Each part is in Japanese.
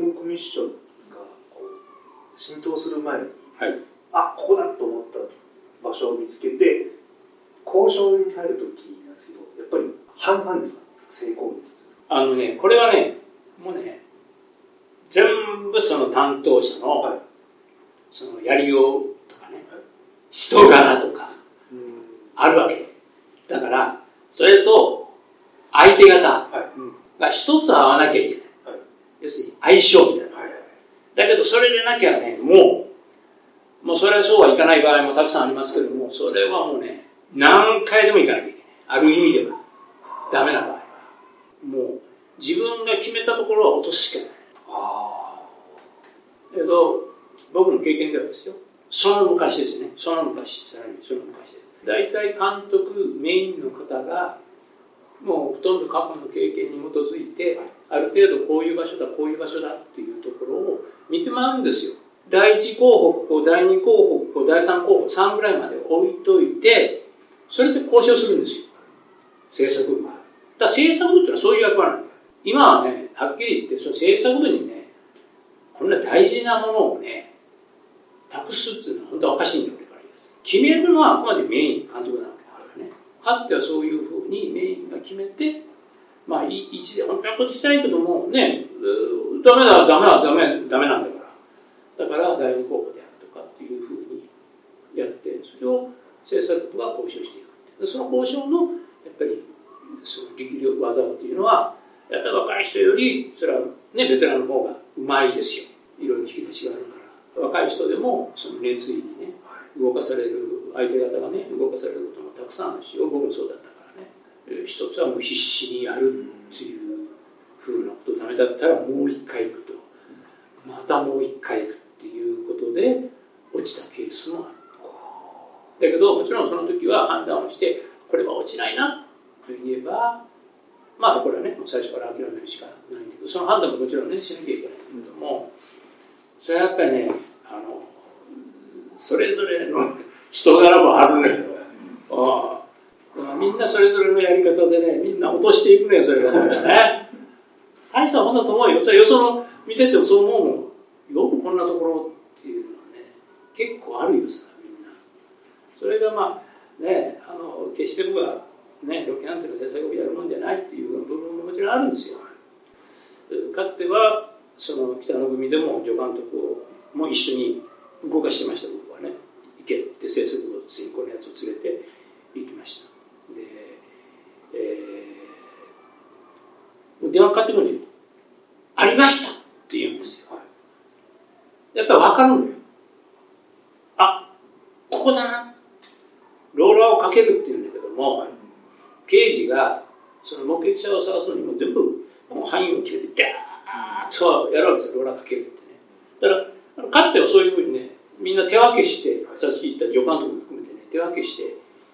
ンコミッションがこう浸透する前に、 はい、 ここだと思った場所を見つけて交渉に入るときなんですけど、やっぱり半々ですか、成功率。 これはね、もうね、全部その担当者の、はい、そのやりようとかね、はい、人柄とかあるわけだから、それと相手方が一つ合わなきゃいけない、はい、要するに相性みたいな、はい、だけどそれでなきゃね、もうそれはそうはいかない場合もたくさんありますけども、それはもうね、何回でもいかなきゃいけない、ある意味ではダメな場合はもう自分が決めたところは落とすしかない。だけど僕の経験ではですよ、その昔ですよね、その昔、さらにその昔です。大体監督メインの方がもうほとんど過去の経験に基づいて、ある程度こういう場所だこういう場所だっていうところを見て回るんですよ。第1候補、第2候補、第3候補、3ぐらいまで置いといて、それで交渉するんですよ、制作部が。だから制作部っていうのはそういう役割なんだよ。今はね、はっきり言ってその制作部にね、こんな大事なものをね託すっていうのは本当はおかしいんだよ、俺から言います。決めるのはあくまでメイン監督なわけだからね。かってはそういうふうにメインが決めて、一で本当はこっちしたいけどもね、ダメなんだから、だから第二候補であるとかっていうふうにやって、それを制作部が交渉していく。その交渉のやっぱりその力量技っていうのは、やっぱり若い人よりそれはね、ベテランの方がうまいですよ。いろいろ引き出しがあるから。若い人でもその熱意にね、動かされる、相手方がね、動かされることもたくさんあるし、僕もそうだったからね。一つはもう必死にやるっていうふうなこと、ダメだったらもう一回行くと。またもう一回行くっていうことで落ちたケースもある。だけど、もちろんその時は判断をして、これは落ちないなと言えば、これはね、もう最初から諦めるしかないんだけど、その判断ももちろんね、しなきゃいけないんだけども、それはやっぱりね、それぞれの人柄もあるのよ。みんなそれぞれのやり方でね、みんな落としていくのよ、それがね。大したもんだと思うよ。それよその見ててもそう思うもん。よくこんなところっていうのはね、結構あるよさ、みんな。それが決して僕はね、ロケハンというか制作をやるもんじゃないっていう部分ももちろんあるんですよ。かつてはその北の組でも助監督をも一緒に動かしてました。僕はね、行けって制作部にこのやつを連れて行きました。で、電話かかってくるんですよ。ありましたって言うんですよ。やっぱり分かるのよ。ここだな。ローラーをかけるっていうんだけども、刑事がその目撃者を探すのにも全部この範囲を決めてダーッとやるわけですよ、ローラーかけるってね。だからかつてはそういうふうにね、みんな手分けして、さっき言った助監督も含めてね、手分けして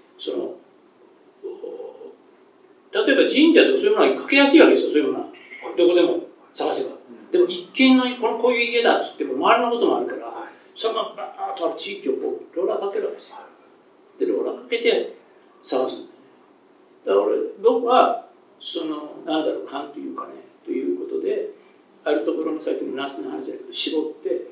例えば神社とそういうものはかけやすいわけですよ、そういうものはどこでも探せば。でも一見のこういう家だって言っても周りのこともあるから、そのままバーッとある地域をこうローラーかけるわけですよ。でローラーかけて探すんだよね。だから僕は勘というかね、ということで、あるところのさっきのナスの話だけど、絞って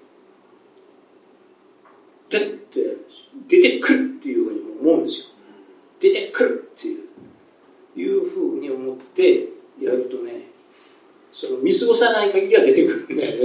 出てくるっていうふうに思うんですよ。出てくるっていうふうに思ってやるとね、その見過ごさない限りは出てくるんだよ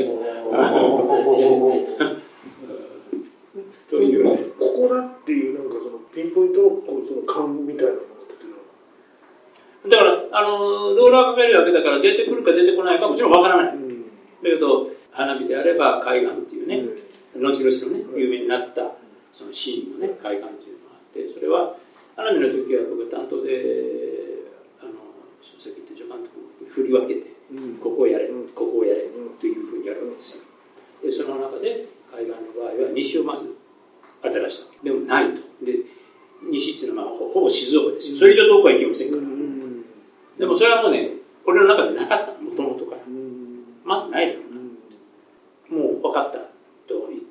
ね。というね、 ここだっていうそのピンポイントのその勘みたいなものっていうのは、 だからローラーかけるわけだから出てくるか出てこないかもちろんわからない。だけど花火であれば海岸っていうね、後々のね有名になったそのシーンのね海岸っていうのがあって、それは花火の時は僕担当でさっき言った助監督を振り分けて、ここをやれ、ここをやれというふうにやるわけですよ。でその中で海岸の場合は西をまず当てらした。でもないと。で西っていうのはほぼ静岡ですよ。それ以上遠くは行けませんから。でもそれはもうね、俺の中でなかった、もともとから。まずないだろうな。もう分かったと言って、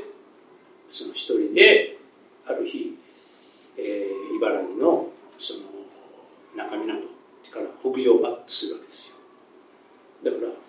その一人である日、茨城のその中港から北上をバッとするわけですよ。だからそ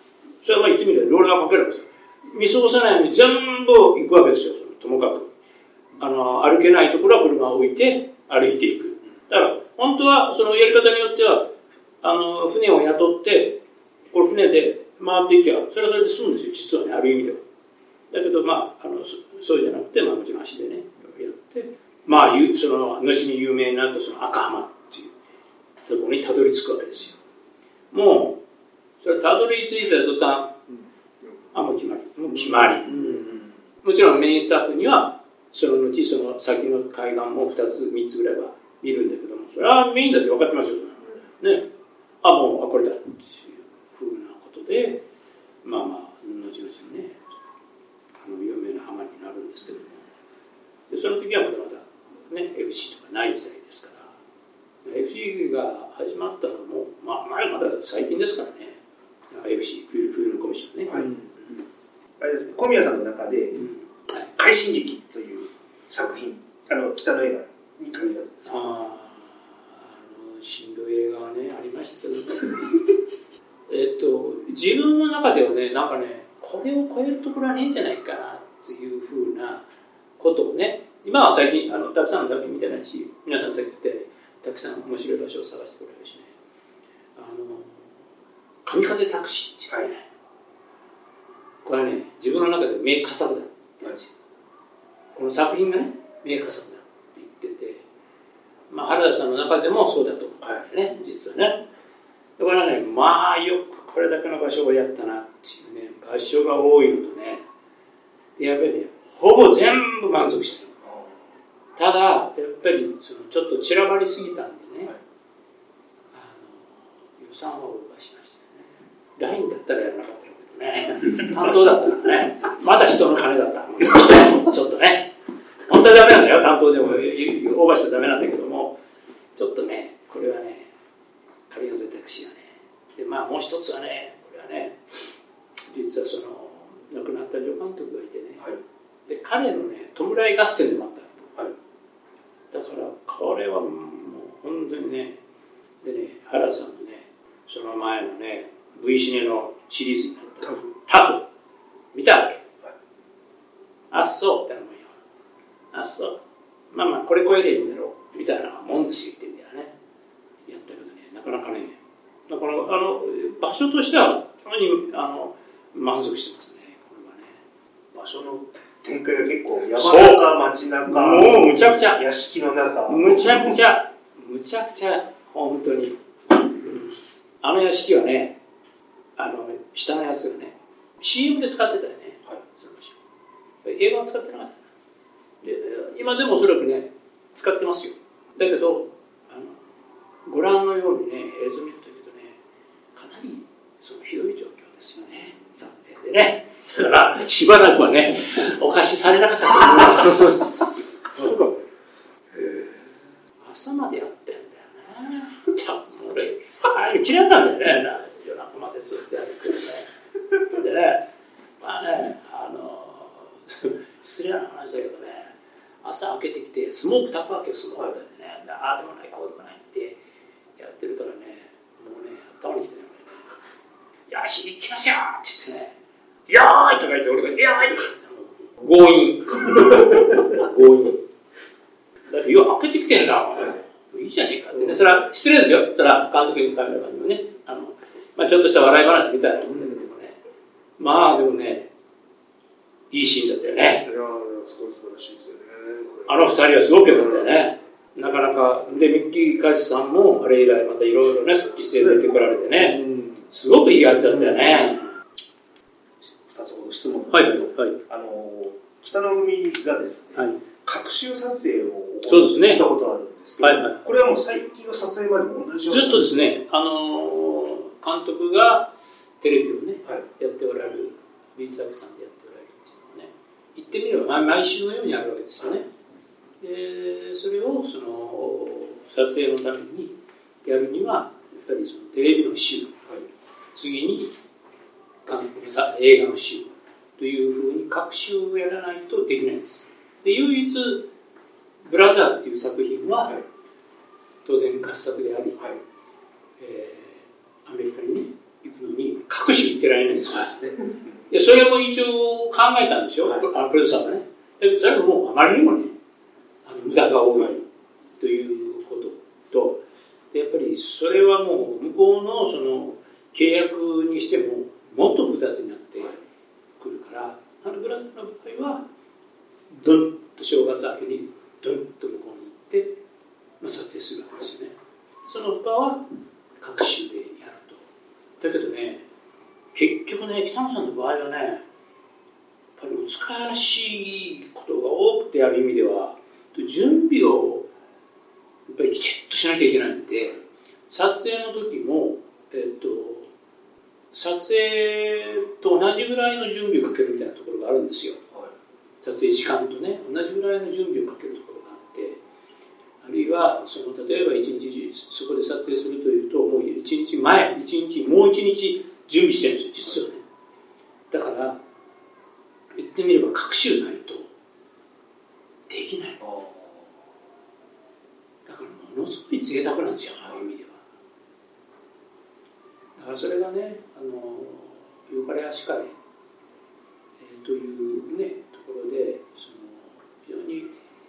それはまあ言ってみればローラーかけるわけですよ。見過ごさないように全部行くわけですよ。ともかく歩けないところは車を置いて歩いていく。だから本当はそのやり方によっては船を雇ってこれ船で回っていけばそれはそれで済むんですよ、実はね、ある意味では。だけどそうじゃなくて、もちろん足でねやって、その後に有名になったその赤浜っていうところにたどり着くわけですよ。もうそれたどり着いた途端、もう決まり、もちろんメインスタッフにはその後その先の海岸も2つ3つぐらいは見るんだけども、それはメインだって分かってますよね。もうこれだっていうふうなことで後々ね有名な浜になるんですけども、でその時はまだまだね FC とかない時代ですから、 FC が始まったのもまだ最近ですからね。 FC 冬のコミッションね、 あれですね、小宮さんの中で「快進撃」という作品、北の映画に限らずです。 しんどい映画はねありましたけど自分の中ではね、なんかね、これを超えるところはねえんじゃないかなっていうふうなことをね、今は最近たくさんの作品見てないし、皆さんさっき言ったようにたくさん面白い場所を探してくれるしね、神風タクシーっていうね、これはね自分の中で名佳作だって言うんですよ。この作品がね名佳作だって言ってて、原田さんの中でもそうだと思うんだよね、実はね。だからね、よくこれだけの場所をやったなっていうね、場所が多いのとね、やっぱりね、ほぼ全部満足してる。ただ、やっぱりちょっと散らばりすぎたんでね、予算はオーバーしましたね。ラインだったらやらなかったけどね、担当だったからね、まだ人の金だった。ちょっとね、本当はダメなんだよ、担当でもオーバーしちゃダメなんだけども、ちょっとね、これはね、神風タクシーはね、でもう一つはね、これはね、実は亡くなった助監督がいてね、で彼のね、弔い合戦でもあった、だからこれはもう本当にね、でね、原田さんのね、その前のね、V シネのシリーズになったタフ見たわけ、そうって思うよ、そうこれ超えればいいんだろうみたいなもんですよ、言ってんだよね。やったけどね、なかなかね、だから場所としてはたまに満足してますね、これはね。 場所の展開が結構山中、街中、 もうむちゃくちゃ、 屋敷の中、 むちゃくちゃ本当に、屋敷はね、下のやつがね CM で使ってたよね、その場所。映画は使ってなかったで、今でもおそらくね使ってますよ。だけどご覧のようにね、映像を見るとね、かなりひどい状況ですよね、撮影でね。だからしばらくはねお貸しされなかったと思います朝までやってんだよね。俺嫌いなんだよね、夜中までずっとやるってね。でね、失礼な話だけどね、朝開けてきてスモーク炊くわけよ、スモークでね、ああでもないこうでもないってやってるからね、もうね頭にきてね、よし行きましょうって言ってね、よーいとか言って、俺がよーいとか強引だってよ開けてきてんだもん、いいじゃねえかってね。それは失礼ですよ、それは監督にカメラマンにもね、ちょっとした笑い話みたいなもんだけどもね、でもねいいシーンだったよね。 いやすごい素晴らしいですよね。 二人はすごく良かったよね。なかなかで、ミッキー・カシさんもあれ以来またいろいろね復帰して出てこられてね、すごくいいやつだったよね。 2つほど質問はい、 北の海がですね、隔週撮影をしたことあるんですけど、これはもう最近の撮影までも同じような、 ずっとですね、監督がテレビをね、やっておられる、ビートタクさんでやっておられるっていうのはね、言ってみれば毎週のようにあるわけですよね。でそれを撮影のためにやるにはやっぱりテレビの週、次に映画の週というふうに各週をやらないとできないんです。で唯一ブラザーっていう作品は当然合作であり、アメリカに、ね、行くのに隔各種言ってられないんですよ。 そうですね。 いや、それも一応考えたんですよ、プロデューサーがね。だけど、それももうあまりにもね、無駄が多いということと、でやっぱりそれはもう向こうのその契約にしてももっと複雑になってくるから、ブラジルの場合は、ドンと正月明けにドンと向こうに行って、撮影するわけですよね。その他は各州でやると。だけどね、結局ね、北野さんの場合はね、やっぱり難しいことが多くて、ある意味では準備をやっぱりきちっとしなきゃいけないんで、撮影の時も、撮影と同じぐらいの準備をかけるみたいなところがあるんですよ。撮影時間とね、同じぐらいの準備をかけるところがあって、あるいは例えば一日そこで撮影するというと、もう一日前、もう一日準備してるんですよ、実はね。だから言ってみれば各種ないとできない。だからものすごい贅沢なんですよ、ああいう意味では。だからそれがね、よかれやしかれ、というねところで、非常に、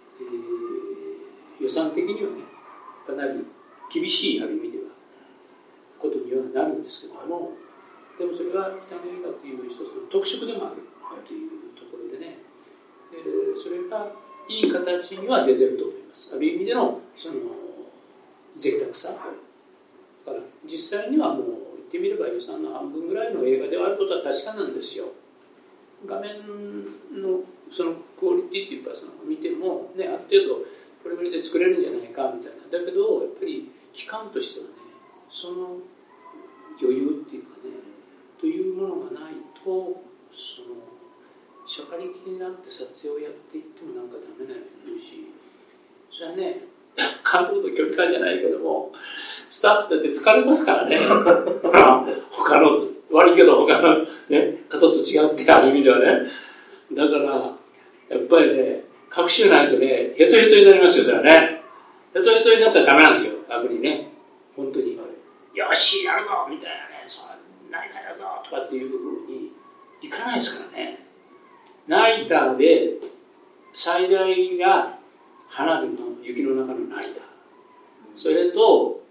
予算的にはね、かなり厳しいある意味ではことにはなるんですけども、でもそれは北の映画という一つの特色でもあるというところでね、それがいい形には出てると思います。ある意味での贅沢さ。だから実際にはもう言ってみれば予算の半分ぐらいの映画であることは確かなんですよ。画面のそのクオリティというか見てもね、ある程度これぐらいで作れるんじゃないかみたいな。だけどやっぱり期間としてはね、その余裕っていうかね、というものがないと、しゃかりきになって撮影をやっていってもなんかダメなようになるし、それはね、監督の距離感じゃないけども、スタッフだって疲れますからね。他の、悪いけど他の、ね、方と違ってある意味ではね。だから、やっぱりね、各種ないとね、ヘトヘトになりますよ、それはね。ヘトヘトになったらダメなんですよ、逆にね。本当に。よし、やるぞみたいなね、ナイターやぞとかっていうふうにいかないですからね。ナイターで最大が花火の雪の中のナイター。それと、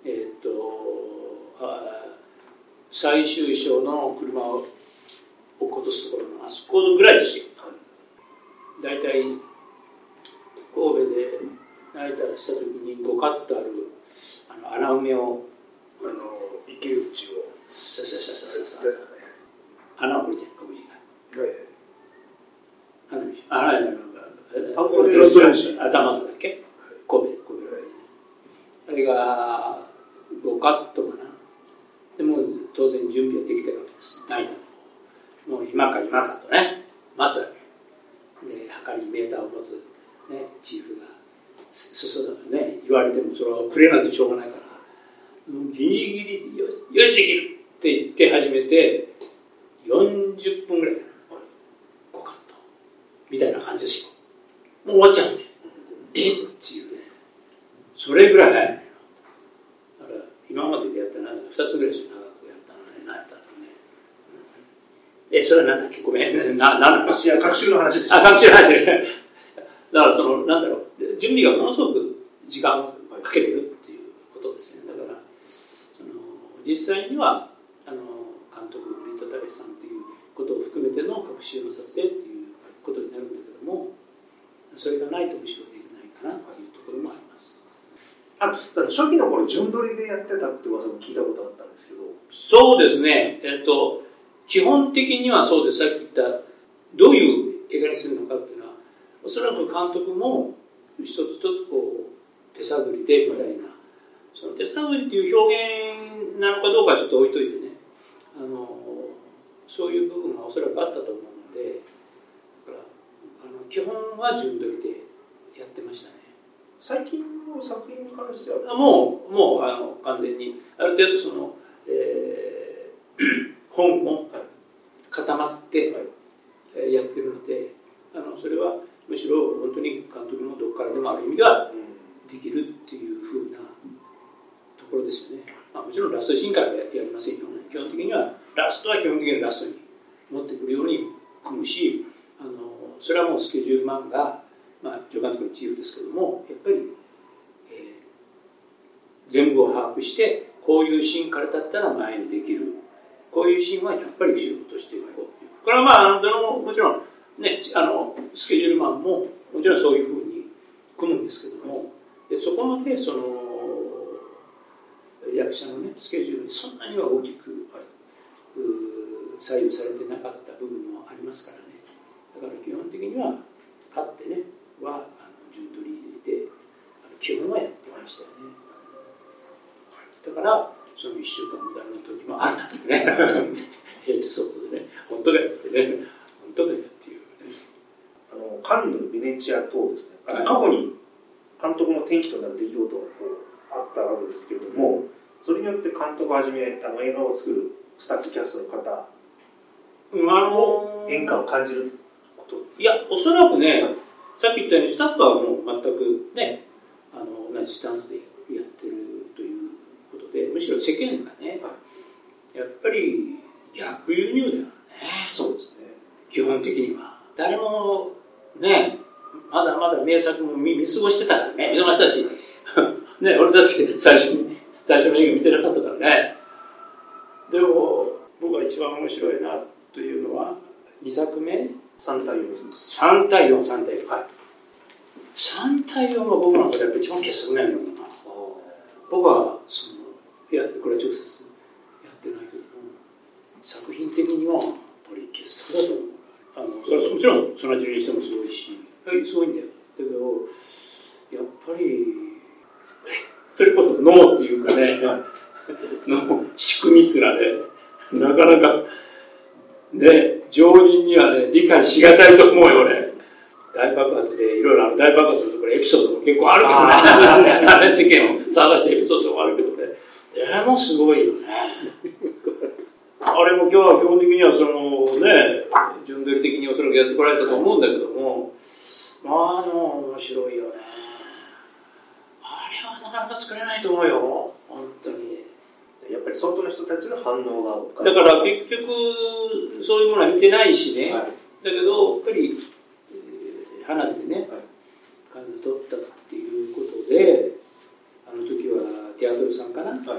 最終章の車を落っことすところのあそこぐらいですよ。だいたい神戸でナイターした時に5カットある穴埋めを池内を穴を掘るじゃん、ごじが。頭のだっけ、神戸あれが5カットかな。でも当然準備はできてるわけです。ナイターもう今かとね、待つわけで、測りメーターを持つ、ね、チーフがね、言われてもそれはくれないとしょうがないから、ギリギリよしできるって言って始めて40分ぐらい5カットみたいな感じですよ。もう終わっちゃうんで、っていうね、それぐらい早い。だから今まででやったのは2つぐらいしか長くやったのね、ナイターとね。それはなんだっけ、ごめん、何の話？ いや、学習の話でした。 学習の話ね。だからなんだろう、準備がものすごく時間をかけてるっていうことですね。だから実際には監督ビート・タケシさんということを含めての各週の撮影っていうことになるんだけども、それがないとむしろできないかなというところもあります。 だから初期の頃順撮りでやってたって噂も聞いたことあったんですけど。 そうですね、基本的にはそうです。さっき言ったどういう映画にするのかっていうのは、おそらく監督も一つ一つこう手探りでみたいな、その手探りっていう表現なのかどうかはちょっと置いといてね、そういう部分がおそらくあったと思うので、だから基本は順撮りでやってましたね。 最近の作品に関してはもう完全にある程度本も固まってやってるので、それはむしろ本当に監督のどこからでもある意味ではできるっていう風なところですよね。もちろんラストシーンからやりませんよね。 基本的にはラストは基本的にラストに持ってくるように組むし、それはもうスケジュールマンが、助監督の自由ですけども、やっぱり、全部を把握して、こういうシーンからだったら前にできる、こういうシーンはやっぱり後ろとしていこうっていう。これはもちろんね、スケジュールマンももちろんそういうふうに組むんですけども、でそこまでその役者のねスケジュールにそんなには大きく左右されてなかった部分もありますからね。だから基本的には勝ってねは順取りで基本はやってましたよね。だからその1週間無駄な時もあったとねエピソードでね、本当だよってね、本当だよっていうね。 カンヌ、ベネチア等ですね、過去に監督の転機となる出来事があったわけですけれども、それによって監督をはじめ映画を作るスタッフキャストの方変化を感じること、 いや、おそらくね、さっき言ったようにスタッフはもう全くね、同じスタンスでやってるということで、むしろ世間がね、やっぱり逆輸入だよね。 そうですね。 基本的には誰もね、まだまだ名作も見過ごしてたからね、見逃したしね、俺だって最初の映画見てなかったからね。でも僕が一番面白いなというのは2作目 3対4。 3対4、3対4。はい。3対4が僕の中でやっぱ一番傑作なんだろうな。僕はこれは直接やってないけども、作品的にはやっぱり傑作だと思う。それはもちろんその味にしてもすごいし、すごいんだよ。だけどやっぱりそれこそ脳っていうかねの仕組みっていうのはね、なかなかね、常人にはね理解しがたいと思うよ俺。大爆発でいろいろ大爆発のところエピソードも結構あるけどね世間を騒がしてエピソードもあるけどね、でもすごいよねあれも今日は基本的にはそのね順取り的におそらくやってこられたと思うんだけども、でも面白いよね。あれはなかなか作れないと思うよ本当に。 やっぱり外の人たちの反応がだから結局そういうものは見てないしね、はい、だけどやっぱり花火でね、感じ取ったっていうことで、あの時はテアトルさんかな、ダーッ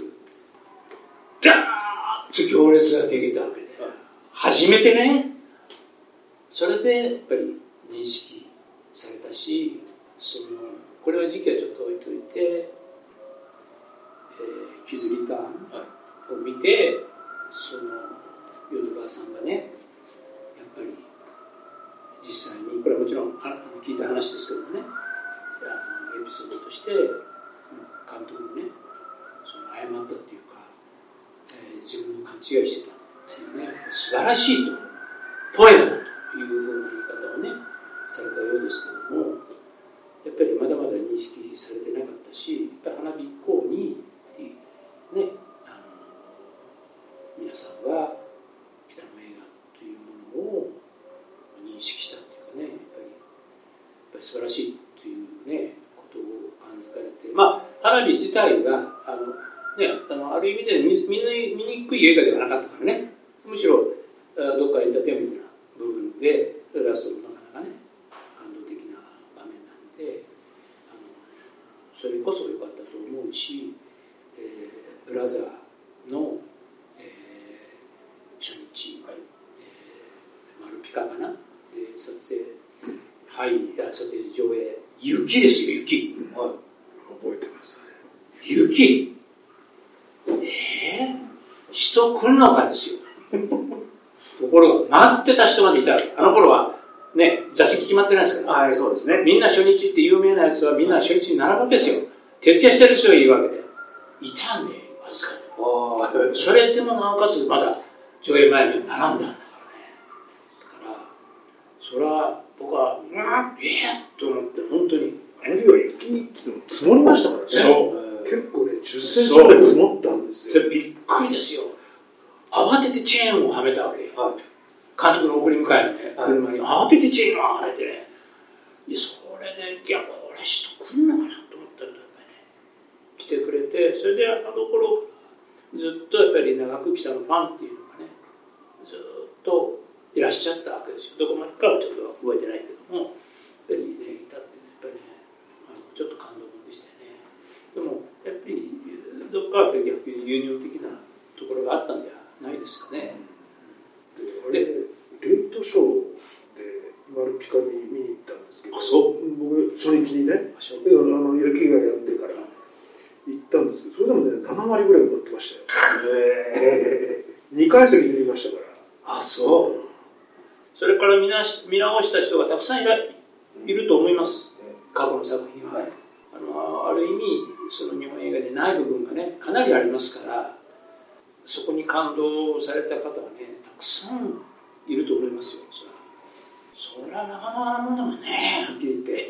と行列ができたわけで、初めてね、それでやっぱり認識されたし、これは時期はちょっと置いといて、キズリターンを見て、淀川さんがね、やっぱり実際にこれはもちろん聞いた話ですけどもね、エピソードとして監督もね謝ったっていうか、自分の勘違いしてたっていうね、素晴らしいとポエムだというふうな言い方をねされたようですけども、やっぱりまだまだ認識されてなかったし、やっぱり花火以降にね、皆さんが北の映画というものを認識したっていうかね、やっぱり素晴らしいというねことを感づかれて、花火自体がある意味で見にくい映画ではなかったからね、むしろどっかエンターテインメントな部分でラストのなかなかね感動的な場面なんで、それこそ良かったと思うし、ブラザーの、初日、マルピカかなで撮影上映、雪ですよ、雪、 覚えてますね。 雪、人来るのかですよところが待ってた人までいた。あの頃はね座席決まってないですから、 はい、そうですね、 みんな初日って有名なやつはみんな初日に並ぶわけですよ。徹夜してる人がいるわけでいたんで、わずかにそれでもなおかつまだ上映前には並んだんだからね。だからそれは僕はと思って本当にあの日は雪に積もりましたからね。 そう結構ね10センチぐらい積もったんですよ。 それびっくりですよ。慌ててチェーンをはめたわけ、はい、監督の送り迎えのね、車に慌ててチェーンをはめてね、それでこれ人来るのかなと思ったらやっぱりね来てくれて、それであの頃ずっとやっぱり長く北のファンっていうのがねずっといらっしゃったわけですよ。どこまでかはちょっと覚えてないけどもやっぱりねいたってやっぱりねちょっと感動でしたよね。でもやっぱりどっかやっぱり逆に輸入的なところがあったんじゃないですかね。 でレイトショーでマルピカに見に行ったんですけど、僕初日にね野球がやってから行ったんですけど、それでもね7割ぐらい埋まってましたよ。2階席で見ましたから。 あ、そう。それから見直した人がたくさんいると思います。過去の作品は、ある意味その日本映画でない部分がねかなりありますから、そこに感動された方はねたくさんいると思いますよ。そりゃなかなかなものがねはっきり言って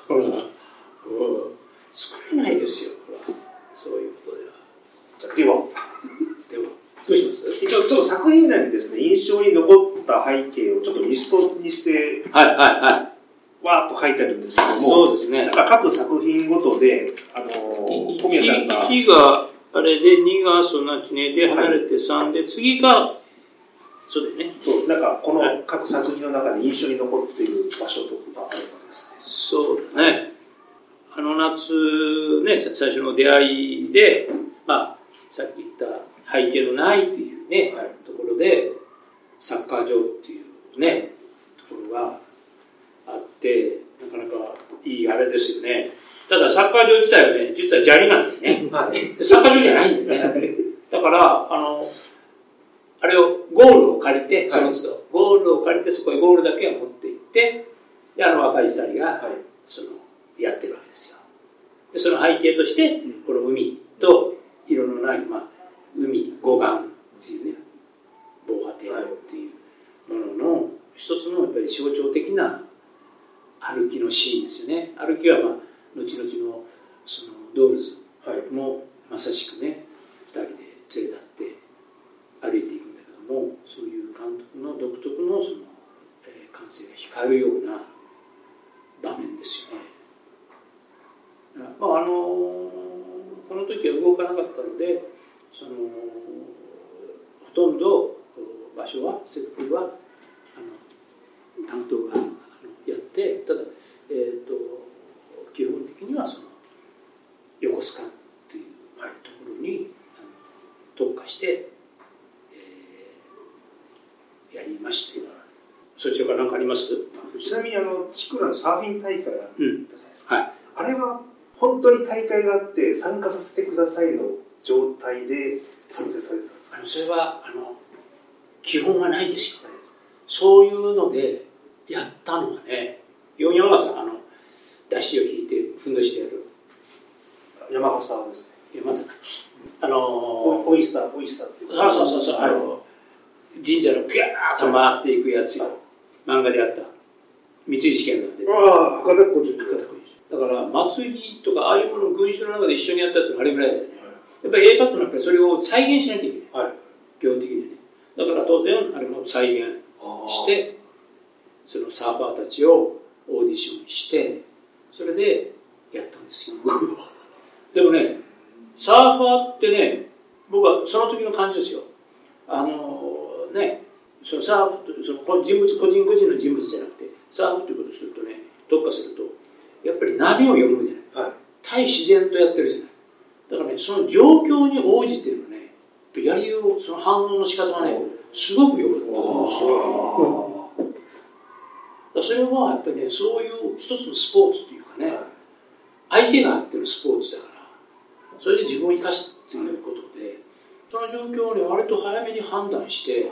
作れないですよ。そういうことでは。ではどうします？ 一応ちょっと作品内にですね印象に残った背景をちょっとリストにしてわーっと書いてあるんですけども、 そうですね。 なんか各作品ごとで小宮さんが 1があれで2がそんな1年で離れて3で次がそうだよね。 そうなんかこの各作品の中で印象に残っている場所とかあるんですね。 そうだね。あの夏ね最初の出会いでさっき言った背景のないっていうね、ところでサッカー場っていうねところがあってなかなかいいあれですよね。ただサッカー場自体はね実は砂利なんだよね、サッカー場じゃないんだよね。だからあれをゴールを借りてその都度、ゴールを借りてそこへゴールだけを持って行ってで若い2人がそのやってるわけですよ。でその背景としてこの海と色のない、海護岸っていうね防波堤っていうものの一つのやっぱり象徴的な歩きのシーンですよね。歩きは後々のそのドールズもまさしくね2人で連れ立って歩いていくんだけども、そういう監督の独特のその、感性が光るような場面ですよね。この時は動かなかったのでほとんど場所は設定は担当がやってただ、基本的にはその横須賀というところに特化して、やりました。そちらから何かあります？ ちなみにチクラのサーフィン大会があったじゃないですか、あれは本当に大会があって参加させてくださいの状態で撮影されてたんですか？ それは基本はないですよ。そういうのでやったのはね山笠出汁を引いてふんどしてやる山笠ですね。 山笠おいしさっていうそう神社のグワーッと回っていくやつよ、漫画であった三井試験なんで、 博多小路だから祭りとかああいうものを群衆の中で一緒にやったやつのあれぐらいだよね、やっぱり映画ってのはやっぱりそれを再現しなきゃいけない、基本的にね。だから当然あれも再現してそのサーファーたちをオーディションしてそれでやったんですよでもねサーファーってね僕はその時の感じですよ。そのサーフその個人個人の人物じゃなくてサーフということをするとね特化するとやっぱり波を読むじゃない、対自然とやってるじゃない。だからねその状況に応じてのねやりようその反応の仕方がねすごくよかった。それはやっぱりねそういう一つのスポーツというかね相手があってのスポーツだからそれで自分を生かすということでその状況をね割と早めに判断して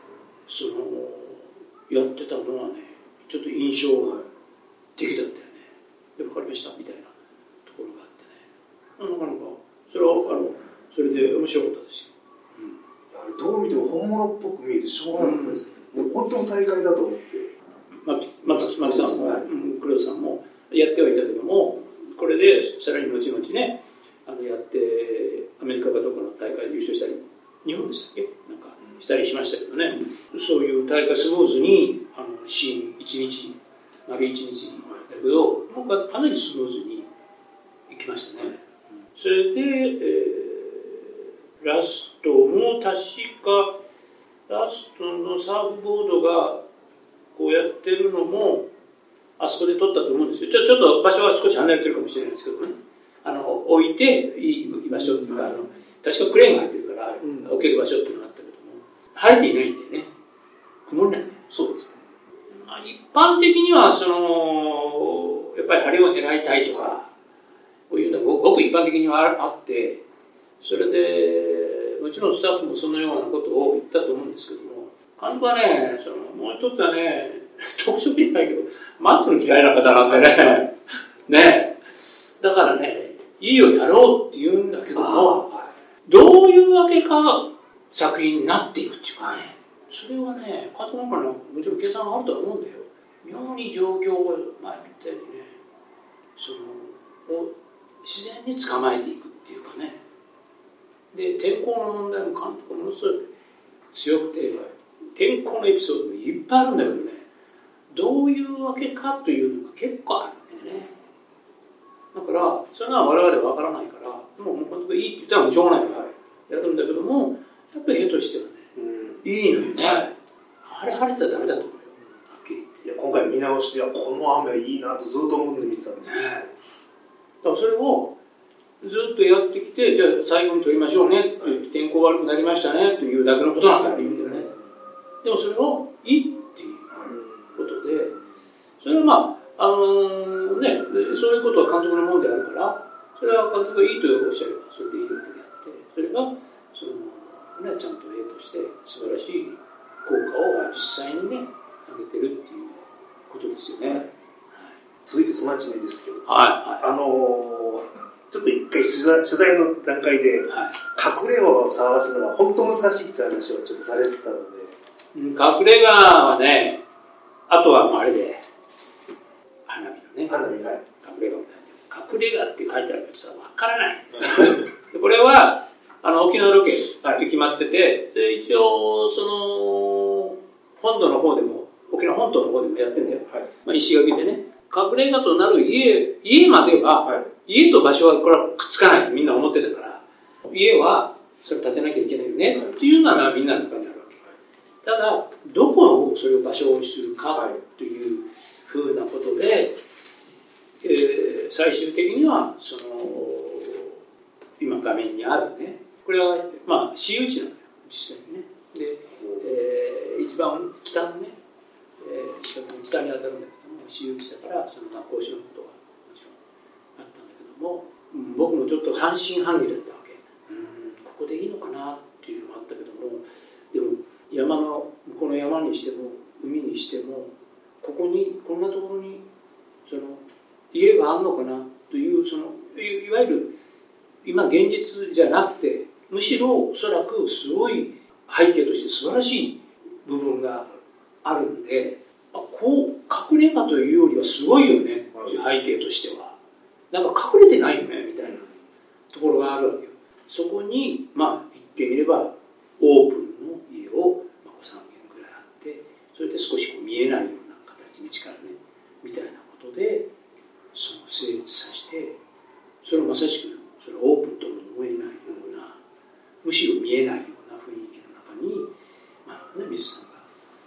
やってたのはねちょっと印象的だったよね。で分かりましたみたいなところがあってねなかなかそれはそれで面白かったですよ。 どう見ても本物っぽく見えてしょうがなかったです、もう本当の大会だと思って牧さんも、黒田さんもやってはいたけどもこれでさらに後々ねやってアメリカがどこかの大会で優勝したり日本でしたっけなんかしたりしましたけどね、そういう大会スムーズにシーン1日丸1日だけどなんかかなりスムーズにいきましたね。それで、 ラストも確かラストのサーフボードがこうやってるのもあそこで撮ったと思うんですよ。ちょっと場所は少し離れてるかもしれないですけどね、置いていい場所っていうか、確かクレーンが入ってるから、置ける場所っていうのがあったけども、晴れていないんだよね。曇りなんだよ。 そうですね。 一般的にはやっぱり晴れを狙いたいとか、こういうのがごく一般的にはあって、それでもちろんスタッフもそのようなことを言ったと思うんですけども、監督はね、もう一つはね、特色じゃないけど、待つの嫌いな方なんでね、ね、だからね、いいよやろうって言うんだけども、どういうわけか作品になっていくっていうかね、それはね、監督なんかのもちろん計算があるとは思うんだよ。妙に状況を前みたいにね、自然に捕まえていくっていうかね。で、天候の問題も監督ものすごい強くて、天候のエピソードがいっぱいあるんだけどね、どういうわけかというのが結構あるんだよね。だからそれは我々は分からないから、でも監督がいいって言ったらもうしょうがないからやるんだけども、やっぱり絵としてはね、いいのよね。あれ晴れてたらダメだと思うよ。はっきり言って。 今回見直して、この雨いいなとずっと思って見てたんですよ。 だからそれをずっとやってきて、じゃあ最後に撮りましょうねって言って、天候悪くなりましたねというだけのことなんだって言うんだよね。でもそれをいいっていうことで、それはまあそういうことは監督のものであるから、それは監督がいいとおっしゃればそれでいいわけであって、それがちゃんと絵として素晴らしい効果を実際にね上げてるっていうことですよね。 続いてそのうちにですけど、ちょっと一回取材の段階で、隠れ家を探すのが本当難しいって話をちょっとされてたので。 隠れ家はね、あとはあれで、花火のね、隠れ家みたいな。隠れ家って書いてあるけどさ、わからない。これは、沖縄ロケって決まってて、一応、本土の方でも、沖縄本島の方でもやってんだよ。石垣でね。隠れ家となる家までは、家と場所はこれはくっつかないとみんな思ってたから、家はそれ建てなきゃいけないよねっていうのはみんなの中にあるわけ。ただ、どこをそれを場所にするかというふうなことで、最終的には今画面にあるね、これは私有地なんだよ、実際にね。で、一番北のね、石垣の北に当たるんだけども、私有地だから交渉のことがもちろんあったんだけども、僕もちょっと半信半疑だったわけ。ここでいいのかなっていうのがあったけども、でもこの山にしても海にしても、こんなところに家があるのかなという、いわゆる今現実じゃなくて、むしろおそらくすごい背景として素晴らしい部分があるんで、隠れ家というよりはすごいよねっていう背景としては、なんか隠れてないよねみたいなところがあるわけよ。そこに言ってみればオープンの家を3軒ぐらいあって、それで少し見えないような形、道からねみたいなことで成立させて、それをまさしくオープンとも思えないような、むしろ見えないような雰囲気の中に水さんが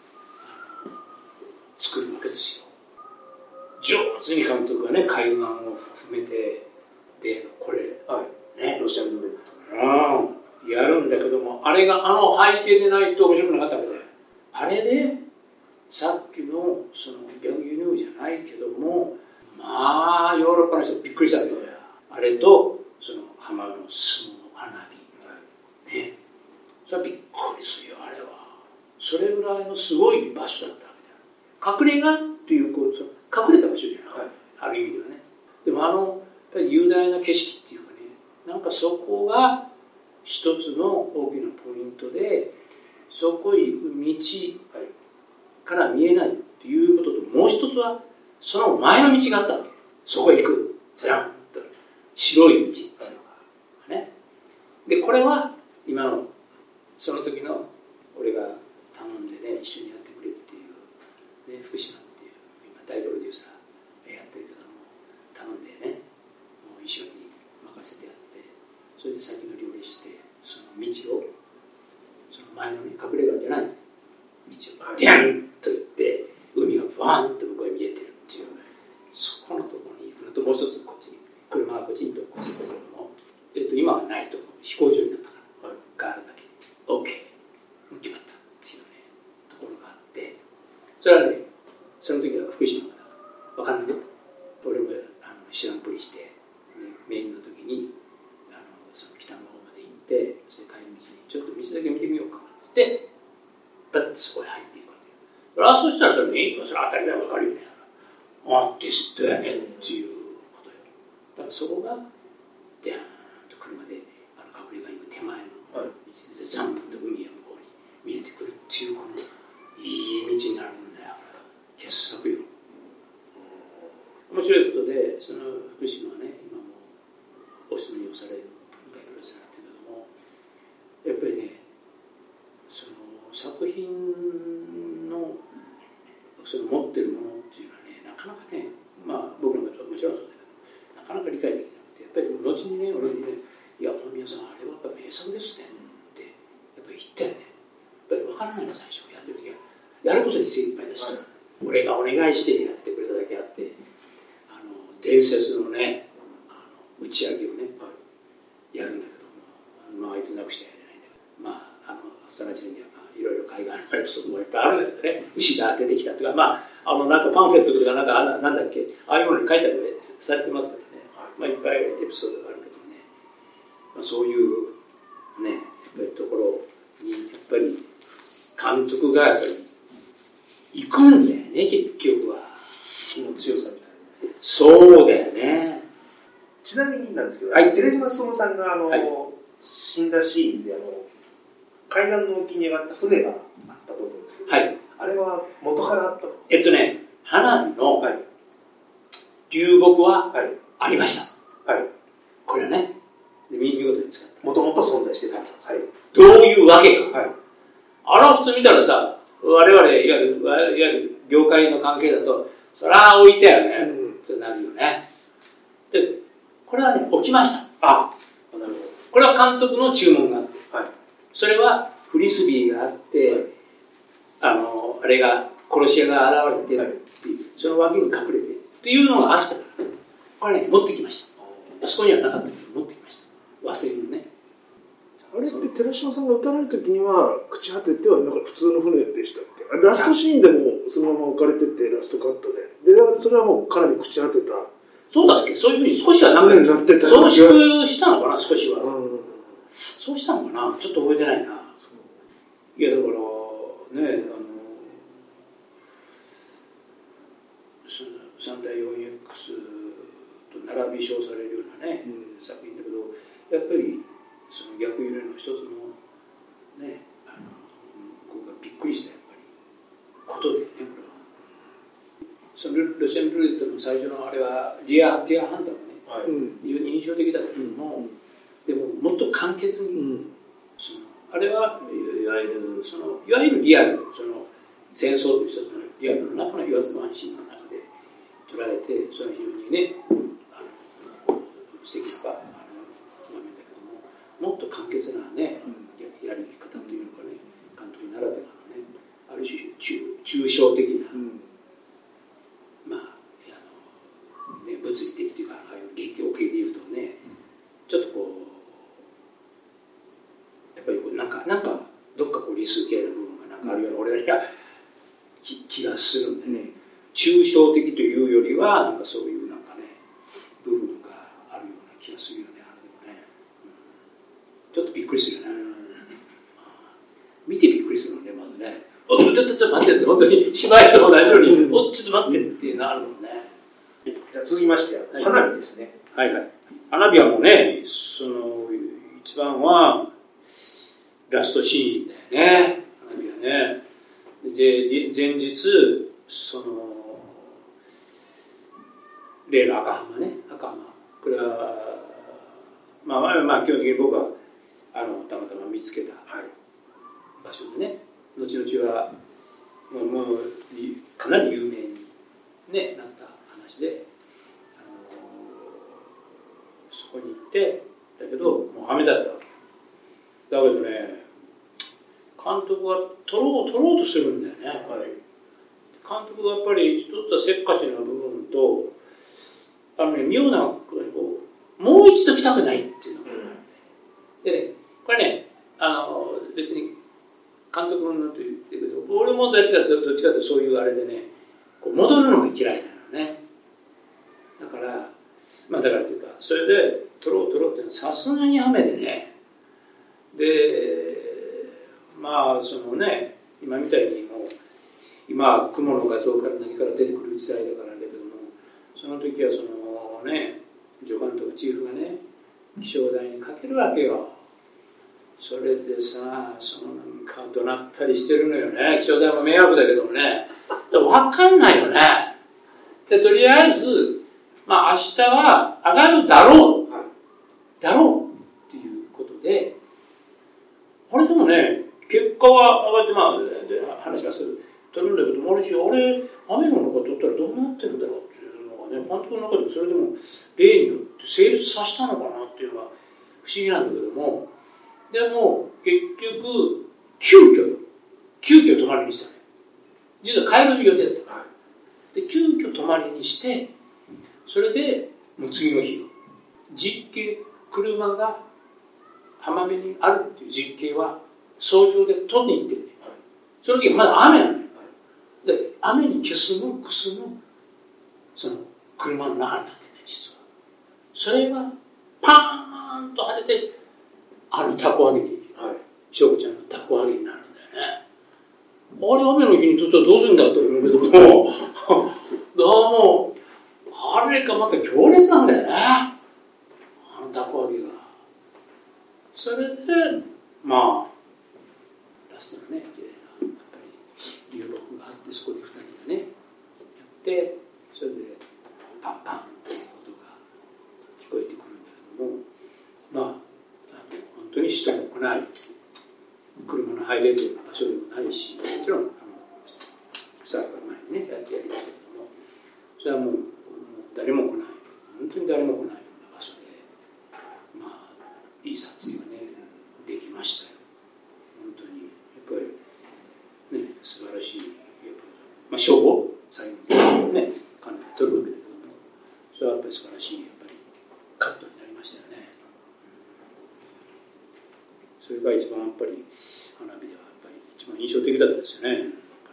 作るわけですよ。上手に監督がね、海岸を含めて、例のこれ、ね、 ロシアンルーレットやるんだけども、あれが背景でないと面白くなかったわけで、あれでさっきのギャグユニューじゃないけども、ヨーロッパの人びっくりしたわけだよ。あれと浜の相撲の花火、ね、それはびっくりするよ、あれは。それぐらいのすごい場所だったわけだよ。隠れ家っていう、隠れた場所じゃない、ある意味ではね。でもやっぱり雄大な景色っていうかね、なんかそこが一つの大きなポイントで、そこへ行く道から見えないっていうことと、もう一つはその前の道があったわけ。そこへ行くずらんと白い道っていうのがね。でこれは今のその時の俺が頼んでね、一緒にやってくれっていう、ね、福島っていう今大プロデューサーやってるけども、頼んでね、もう一緒に任せてやって、それで先乗り降りして、その道前のね隠れ家じゃない道をデャンと行って海がバーンと向こうに見えてるっていう、そこのところに行くのと、もう一つこっちに車がこっちにとこっちにも、今はないと思う、飛行場になったから、があるだけ OK 決まったっていうねところがあって、それはねその時は福島が分かんなかった。俺も知らんぷりして、メインの時にその北の方まで行って、それで帰り道にちょっと道だけ見てみようかっつってバッとそこへ入っていくわけよ。そしたらそれメインはそれ当たり前分かるよね。あって知ったよねっていうことよ。だからそこがデャーンと車で隠れ家行く手前の道で3分と海が向こうに見えてくるっていう、このいい道になるんだよ。傑作よ。面白いことで、その福島はね今もお住まいをされる向井プロレスになってるけども、やっぱりねその作品のその持ってるものっていうのはね、なかなかね、まあ僕のことはもちろんそうだけど、なかなか理解できなくて、やっぱり後にね俺にね、いや本宮さんあれはやっぱ名作ですねってやっぱり言ったよね。やっぱり分からないの最初やってる時はやることに精一杯だし、俺がお願いしてやってくれただけあって、伝説のね打ち上げをね、やるんだけども、あいつなくしてやれないんだけど、幼稚園にはいろいろ海外のエピソードもいっぱいあるんだけどね、牛が出てきたとか、なんかパンフレットとかなんだっけ、ああいうものに書いたりされてますからね、いっぱいエピソードがあるけどね、そういうねやっぱりところにやっぱり監督がやっぱり行くんだよね、結局は。 の強さみたいな。 そうだよね。 ちなみになんですけど、 はい、 寺島進さんが死んだシーンで海岸の沖に上がった船があったと思うんですけど、 はい、 あれは元からあったの？ 花火の流木はありました。 はい。 これね、見事に使った。 もともと存在してたんです。はい。 どういうわけか。 はい。 普通見たらさ、我々いわゆる業界の関係だと、そりゃ置いたよね、ってなるよね。で、これはね、起きました。 なるほど。 これは監督の注文があって、 はい、 それはフリスビーがあって、はい、あれが殺し屋が現れてっていう、はい、その脇に隠れてっていうのがあったから、これね持ってきました。あそこにはなかったけど持ってきました。和製のね。 あれって寺島さんが撃たれる時には朽ち果ててはなんか普通の船でしたっけ？ラストシーンでもそのまま置かれててラストカットでそれはもうかなり朽ち果てた。 そうだっけ？そういうふうに少しはなんか増殖したのかな、少しは。そうしたのかな、ちょっと覚えてないな。いやだからね、三大 4X と並び称されるようなね、作品だけど、やっぱりその逆揺れの一つのね、僕がびっくりしたやっぱりことでね、これは。そのルシェン・ルレットの最初のあれはティアハンターもね、非常に印象的だったけども、でももっと簡潔に、あれはいわゆるリアル、戦争という一つのリアルの中の言わずも安心の中で捉えて、それは非常にね素敵な場面だけども、もっと簡潔なね、やり方というのがね、監督ならではのね、ある種抽象的な、物理的というか、ああいう劇系でいうとね、ちょっとこうやっぱりなんかどっか理数系の部分がなんかあるような俺ら気がするんでね、抽象的というよりはなんかそういうなんかね部分があるような気がするよね。あれでもね、ちょっとびっくりするよね。見てびっくりするのね、まずね。ちょっと待ってって、本当に芝居と同じように、ちょっと待ってっていうのあるもんね。 じゃあ続きまして、花火ですね。 はいはい。花火はもうね、一番はラストシーンだよね。花火はね。で、前日、例の赤浜ね、これは、基本的に僕は、たまたま見つけた場所でね、後々は、もうかなり有名に、ね、なった話で、そこに行って、だけど、もう雨だったわけ。だけどね、 監督が取ろうとするんだよね。 はい、 監督がやっぱり一つはせっかちな部分と、妙なこうもう一度来たくないっていうのが、でね、これね、別に監督のと言ってるけど、俺もどっちかというとそういうあれでね、こう戻るのが嫌いなのね。だから、だからというか、それで取ろうっていうのはさすがに雨でね、で、そのね、今みたいにもう、今、雲の画像から何から出てくる時代だからだけども、その時はそのね、助監督チーフがね、気象台にかけるわけよ。それでさ、そのなんか怒鳴ったりしてるのよね。気象台も迷惑だけどもね。わかんないよね。で、とりあえず、明日は上がるだろう。っていうことで、これでもね、結果は上がって話がする。取るんだけどもあるし、雨の中取ったらどうなってるんだろうっていうのがね、監督の中でもそれでも例によって成立させたのかなっていうのが不思議なんだけども、でも結局急遽泊まりにしたね。実は帰る予定だった。で急遽泊まりにして、それでもう次の日実景、車が浜辺にあるっていう実景は早朝で撮りに行ってるね。その時はまだ雨なのよ。で、雨に消すのその車の中になってね、実は。それがパーンと跳ねて、たこ揚げに、翔子ちゃんのたこ揚げになるんだよね。雨の日にとったらどうするんだと思うけども、もう、あれがまた強烈なんだよね。たこ揚げが。それで、ラストのね、流木があって、そこで2人がね、やって、それでパンパンっていう音が聞こえてくるんだけども、本当に人も来ない、車の入れるような場所でもないし、もちろん草が前にね、やりましたけども、それはもう誰も来ない、本当に誰も来ないような場所で、いい撮影がね、できましたよ。本当に、やっぱり、素晴らしい、賞を最後にね、取るわけだけども、それはやっぱり素晴らしい、やっぱりカットになりましたよね。それが一番やっぱり花火ではやっぱり一番印象的だったですよね。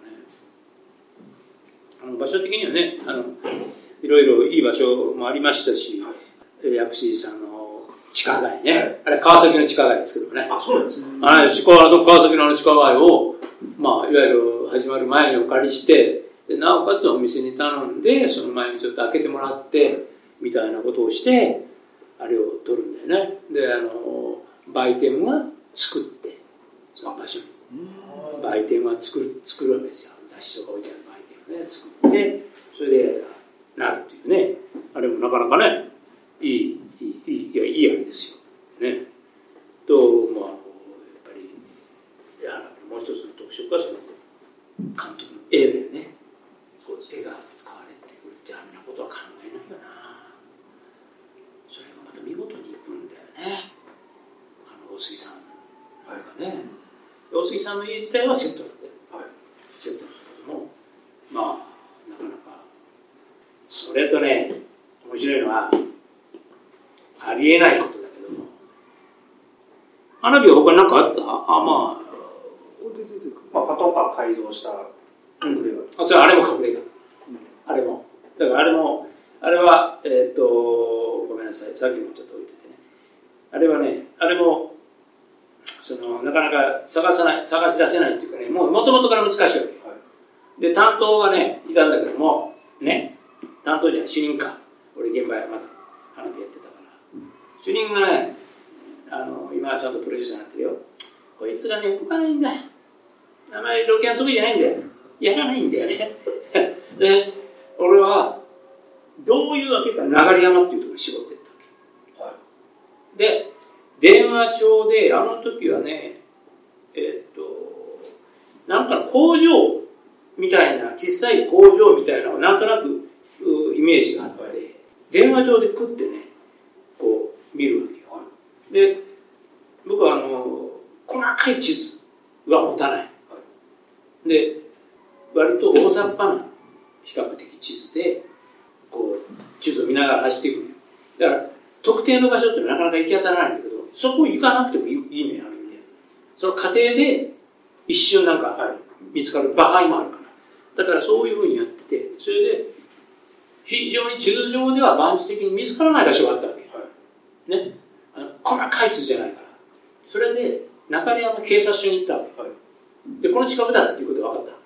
場所的にはね、いろいろいい場所もありましたし、薬師寺さんの地下街ね、あれ川崎の地下街ですけどもね。 そうなんですね。 川崎の地下街をいわゆる始まる前にお借りして、でなおかつお店に頼んで、その前にちょっと開けてもらって、みたいなことをして、あれを取るんだよね。で、売店は作って、その場所に。売店は作るわけですよ。雑誌とか置いてある売店をね、作って、それでなるっていうね。あれもなかなかね、いいあれですよ。ね。と、やっぱり、もう一つの特色はその監督の絵だよね。絵が使われてくるってあんなことは考えないよな。それがまた見事にいくんだよね。大杉さんがね。大杉さんの家自体はセットなんだよ。セットなんだけども、なかなか。それとね、面白いのは、ありえないことだけども、花火は他に何かあった？ パトカー改造した隠れ家。 それあれも隠れ家。あれも。だからあれは、ごめんなさい。さっきもちょっと置いててね。あれはね、あれも、なかなか探し出せないっていうかね、もともとから難しいわけ。で、担当がね、いたんだけども、ね、担当じゃない、主任か。俺現場まだ花火やってたから。主任がね、今はちゃんとプロデューサーになってるよ。こいつがね、動かないんだ。あまりロケは得意じゃないんだよ。やらないんだよね。で、俺は、どういうわけか流山っていうところに絞っていったわけ。で、電話帳で、あの時はね、なんか工場みたいな、小さい工場みたいなのをなんとなくイメージがあって、電話帳で食ってね、こう見るわけよ。で、僕は細かい地図は持たない。で、割と大雑把な比較的地図で、こう、地図を見ながら走っていくのよ。だから、特定の場所ってなかなか行き当たらないんだけど、そこ行かなくてもいいのよ、ある意味で。その過程で一瞬なんか見つかる場合もあるから。だからそういうふうにやってて、それで、非常に地図上では番地的に見つからない場所があったわけ。ね。細かい地図じゃないから。それで、流山警察署に行ったわけ。で、この近くだっていうことが分かった。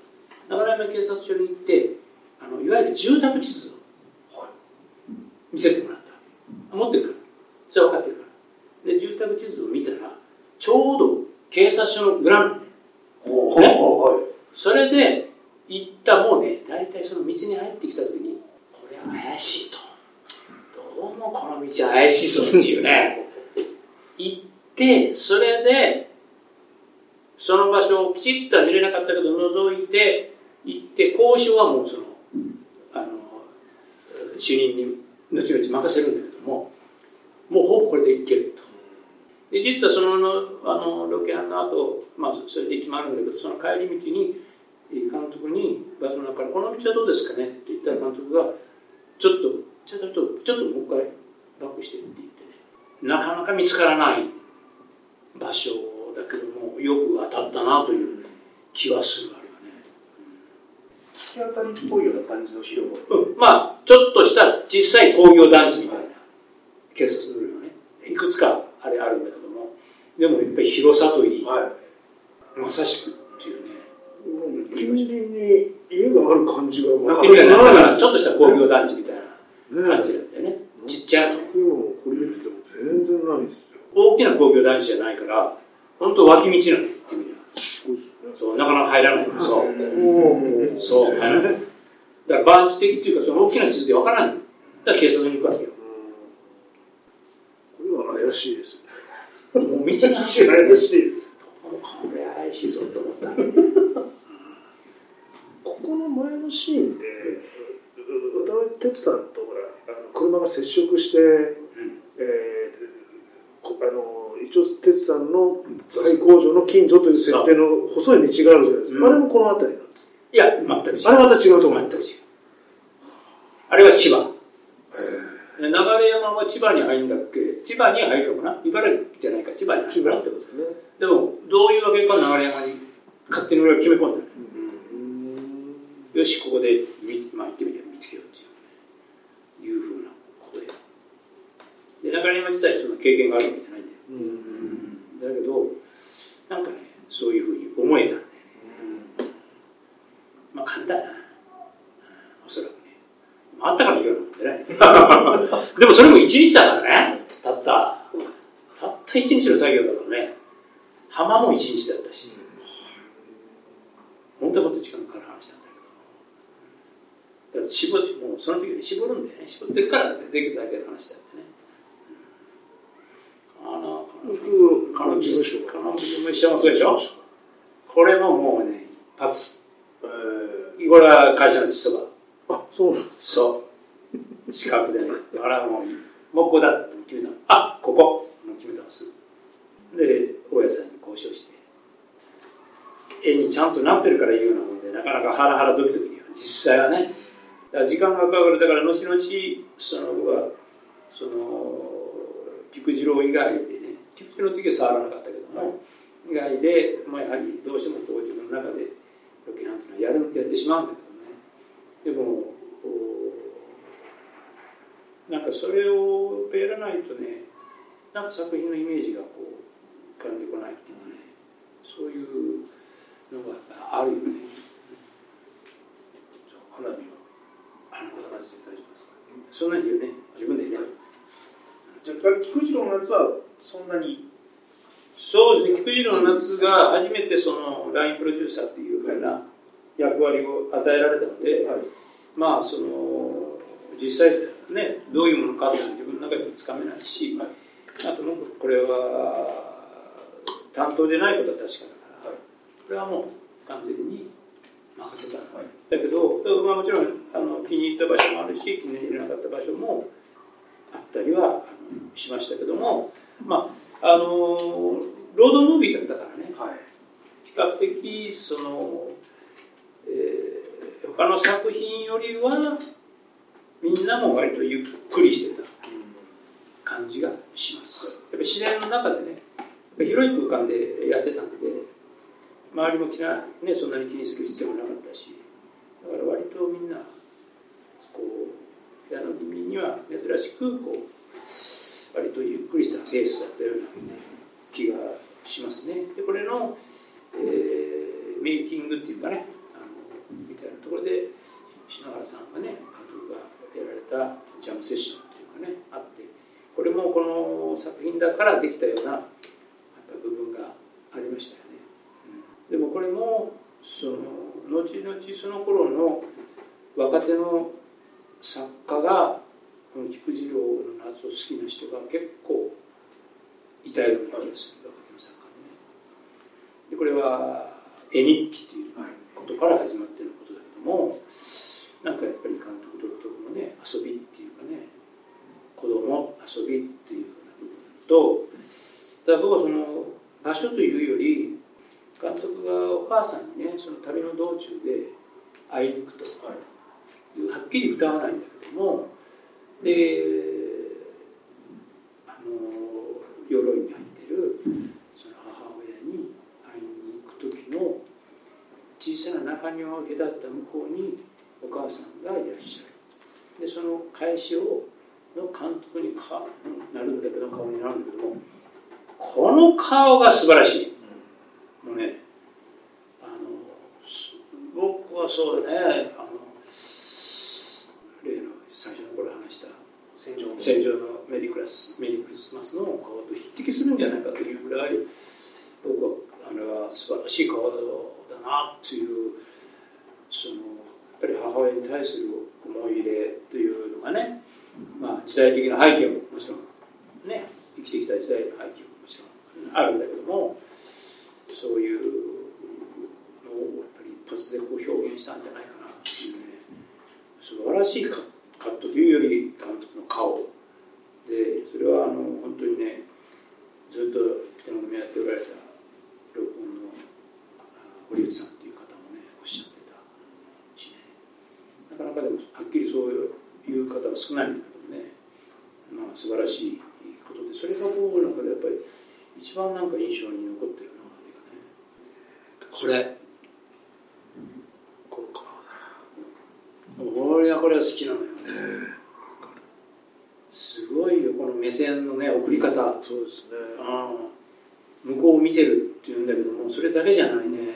流山警察署に行って、いわゆる住宅地図を見せてもらった。持ってるから。それは分かってるから。で、住宅地図を見たら、ちょうど警察署の裏のね。それで、行ったもうね、大体その道に入ってきたときに、これは怪しいと。どうもこの道怪しいぞっていうね。行って、それで、その場所をきちっとは見れなかったけど、覗いて、行って、交渉はもうその、主任に後々任せるんだけども、もうほぼこれでいけると。で、実はその、ロケハンの後、まあ、それで決まるんだけど、その帰り道に、監督に、バスの中から、この道はどうですかねって言ったら監督が、ちょっともう一回バックしてって言ってね、なかなか見つからない場所だけども、よく当たったなという気はするあれはね。 突き当たりっぽいような感じの資料が。 まあ、ちょっとした小さい工業団地みたいな、警察のね、いくつかあれあるんだけども、でもやっぱり広さといい、まさしくっていうね。 近隣に家がある感じがだからちょっとした工業団地みたいな感じなんだよね。ちっちゃい。 これ見てても全然ないですよ。 大きな工業団地じゃないから、本当脇道なんだよっていう意味では。そう、なかなか入らない。そう。そう、入らない。だから番地的っていうか、その大きな地図でわからない。だから警察に行くわけよ。 これは怪しいですね。もう道に走る。 怪しいです。 これ怪しいぞと思った。 ここの前のシーンで、渡辺哲さんとほら車が接触して、一応哲さんの廃工場の近所という設定の細い道があるじゃないですか。あれもこの辺りなんですか？ いや、全く違う。 あれまた違うと思う。 全く違う。あれは千葉。流山は千葉に入るんだっけ？千葉に入るのかな？茨城じゃないか、千葉に入るのかなってことですよね。でも、どういうわけか流山に勝手に俺が決め込んだ。よし、ここで、まあ、行ってみて見つけようっていうふうなことで。で、流山自体その経験があるわけじゃないんだよ。だけど、なんかね、そういうふうに思えたんだよね。まあ、簡単な。おそらくね。あったから言うのね。でもそれも一日だからね。たった一日の作業だからね。浜も一日だったし。本当はもっと時間かかる話なんだけど。だからもうその時に絞るんだよね。絞ってるからできるだけの話だってね。彼女事務所もそうでしょ。これももうね、一発。これは会社のそば。 あ、そうなんそう近くでね、あれはもうここだって決めた。あ、ここもう決めたんですで、大家さんに交渉して絵にちゃんとなってるから言うようなもんで、なかなかハラハラドキドキには実際はね、だから時間がかかる。だから後々その僕はその菊次郎以外でね、菊次郎の時は触らなかったけども、以外で、まあ、やはりどうしてもこう自分の中でロケハンというのはやってしまうんだけどね。でもなんかそれをやらないとね、なんか作品のイメージがこう浮かんでこないっていうかね、そういうのがあるよね。 花火はこんな感じで大丈夫ですか？ そんなに言うね、自分でね。 じゃあ菊次郎の夏はそんなに？ そうですね、菊次郎の夏が初めてそのラインプロデューサーっていうふうな役割を与えられたので、まあその実際ね、どういうものかって自分の中でもつかめないし、あともうこれは担当でないことは確かだから、これはもう完全に任せた。だけど、まあ、もちろん気に入った場所もあるし、気に入らなかった場所もあったりはしましたけども、まあロードムービーだったからね、 較的その、他の作品よりはみんなも割とゆっくりしてた感じがします。やっぱり自然の中でね、広い空間でやってたんで、周りもね、そんなに気にする必要もなかったし、だから割とみんなこうピアノ気味には珍しくこう割とゆっくりしたペースだったような気がしますね。でこれの、メイキングっていうかね、みたいなところで篠原さんがね、監督がやられたジャムセッションっていうかねあって、これもこの作品だからできたようなやっぱ部分がありましたよね。でもこれもその後々その頃の若手の作家がこの菊次郎の夏を好きな人が結構いたような気がする、若手の作家でね。でこれは絵日記ということから始まっていることだけども、なんかやっぱり監督独特のね遊びっていうかね、子供遊びっていうような部分と、だから僕はその場所というより監督がお母さんにねその旅の道中で会いに行くと、はっきり歌わないんだけども、で鎧に入ってるその母親に会いに行く時の小さな中庭を隔った向こうにお母さんがいらっしゃる。でその返しをの監督になるんだけど、顔になるんだけども、この顔が素晴らしい。もうね、僕はそうだね、例の最初の頃話した戦場のメリークリスマスの顔と匹敵するんじゃないかというぐらい、僕はあれは素晴らしい顔だなっていう、そのやっぱり母親に対する思い入れというのがね、まあ時代的な背景ももちろんね、生きてきた時代の背景ももちろんあるんだけども、そういうのをやっぱり一発でこう表現したんじゃないかなっていうね、素晴らしいカットというより監督の顔で、それは本当にね、ずっと北野でやっておられた録音の堀内さんという方もねおっしゃってたしね、なかなかでもはっきりそういう方は少ないんだけどもね、まあ素晴らしいことで、それが僕の中でやっぱり一番なんか印象に残ってるのがね、これ俺はこれは好きなのよね。すごいよこの目線のね送り方。 そうですね。 向こうを見てるっていうんだけども、それだけじゃないね。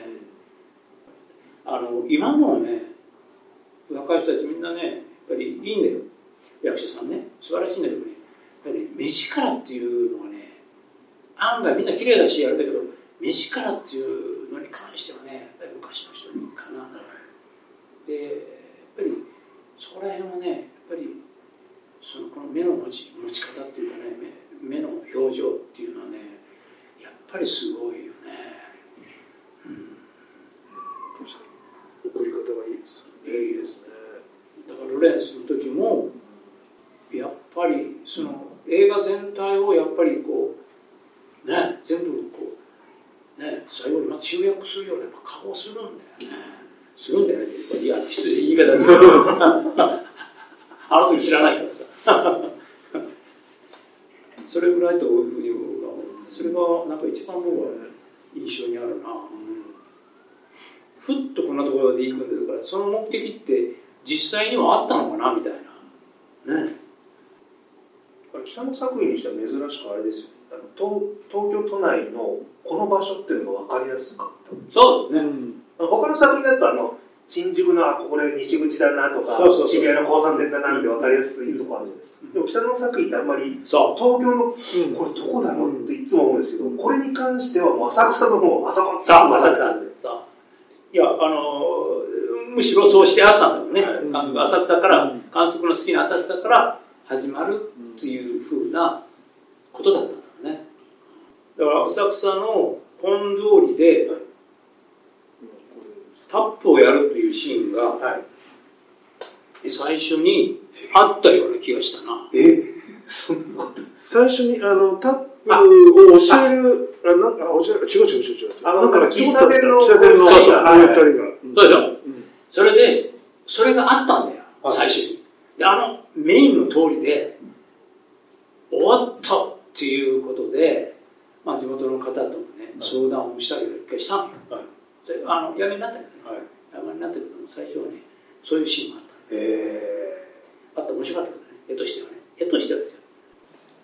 今のね若い人たちみんなねやっぱりいいんだよ、役者さんね素晴らしいんだけどね、やっぱり目力っていうのがね案外みんな綺麗だしあれだけど、目力っていうのに関してはねやっぱり昔の人にかな。でやっぱりそこら辺はねやっぱりこの目の持ち方っていうかね、目の表情っていうのはねやっぱりすごいよね。 確かに送り方がいいですね。いいですね。 だからロレンスの時もやっぱりその映画全体をやっぱりこうね全部こうね最後にまた集約するようなやっぱ顔をするんだよね。するんだよね。いや失礼言い方だあの時知らないからさそれぐらいというふうに思う。それがなんか一番僕は印象にあるな。ふっとこんなところで行くんだから、その目的って実際にはあったのかなみたいなね。 北野作品にしては珍しくあれですよね、東京都内のこの場所っていうのが分かりやすかった。 そうね、 他の作品だと新宿のこれ西口だなとか渋谷の交差点だなって分かりやすいとこあるじゃないですか。でも北野作品ってあんまり東京のこれどこだろうっていつも思うんですけど、これに関してはもう浅草のもう浅草いやむしろそうしてあったんだよね、浅草から監督の好きな浅草から始まるっていうふうなことだったんだよね。だから浅草の本通りでタップをやるというシーンが最初にあったような気がしたな。 そんなこと最初にタップを教える、違う。 なんか喫茶店の二人が。 そうでしょ。それで、それがあったんだよ、最初に。で、メインの通りで、終わったっていうことで、まあ、地元の方ともね、相談をしたり一回したのよ。でやめになったけどね。やめになったけども、最初はね、そういうシーンもあった。あった、面白かったけどね、絵としては。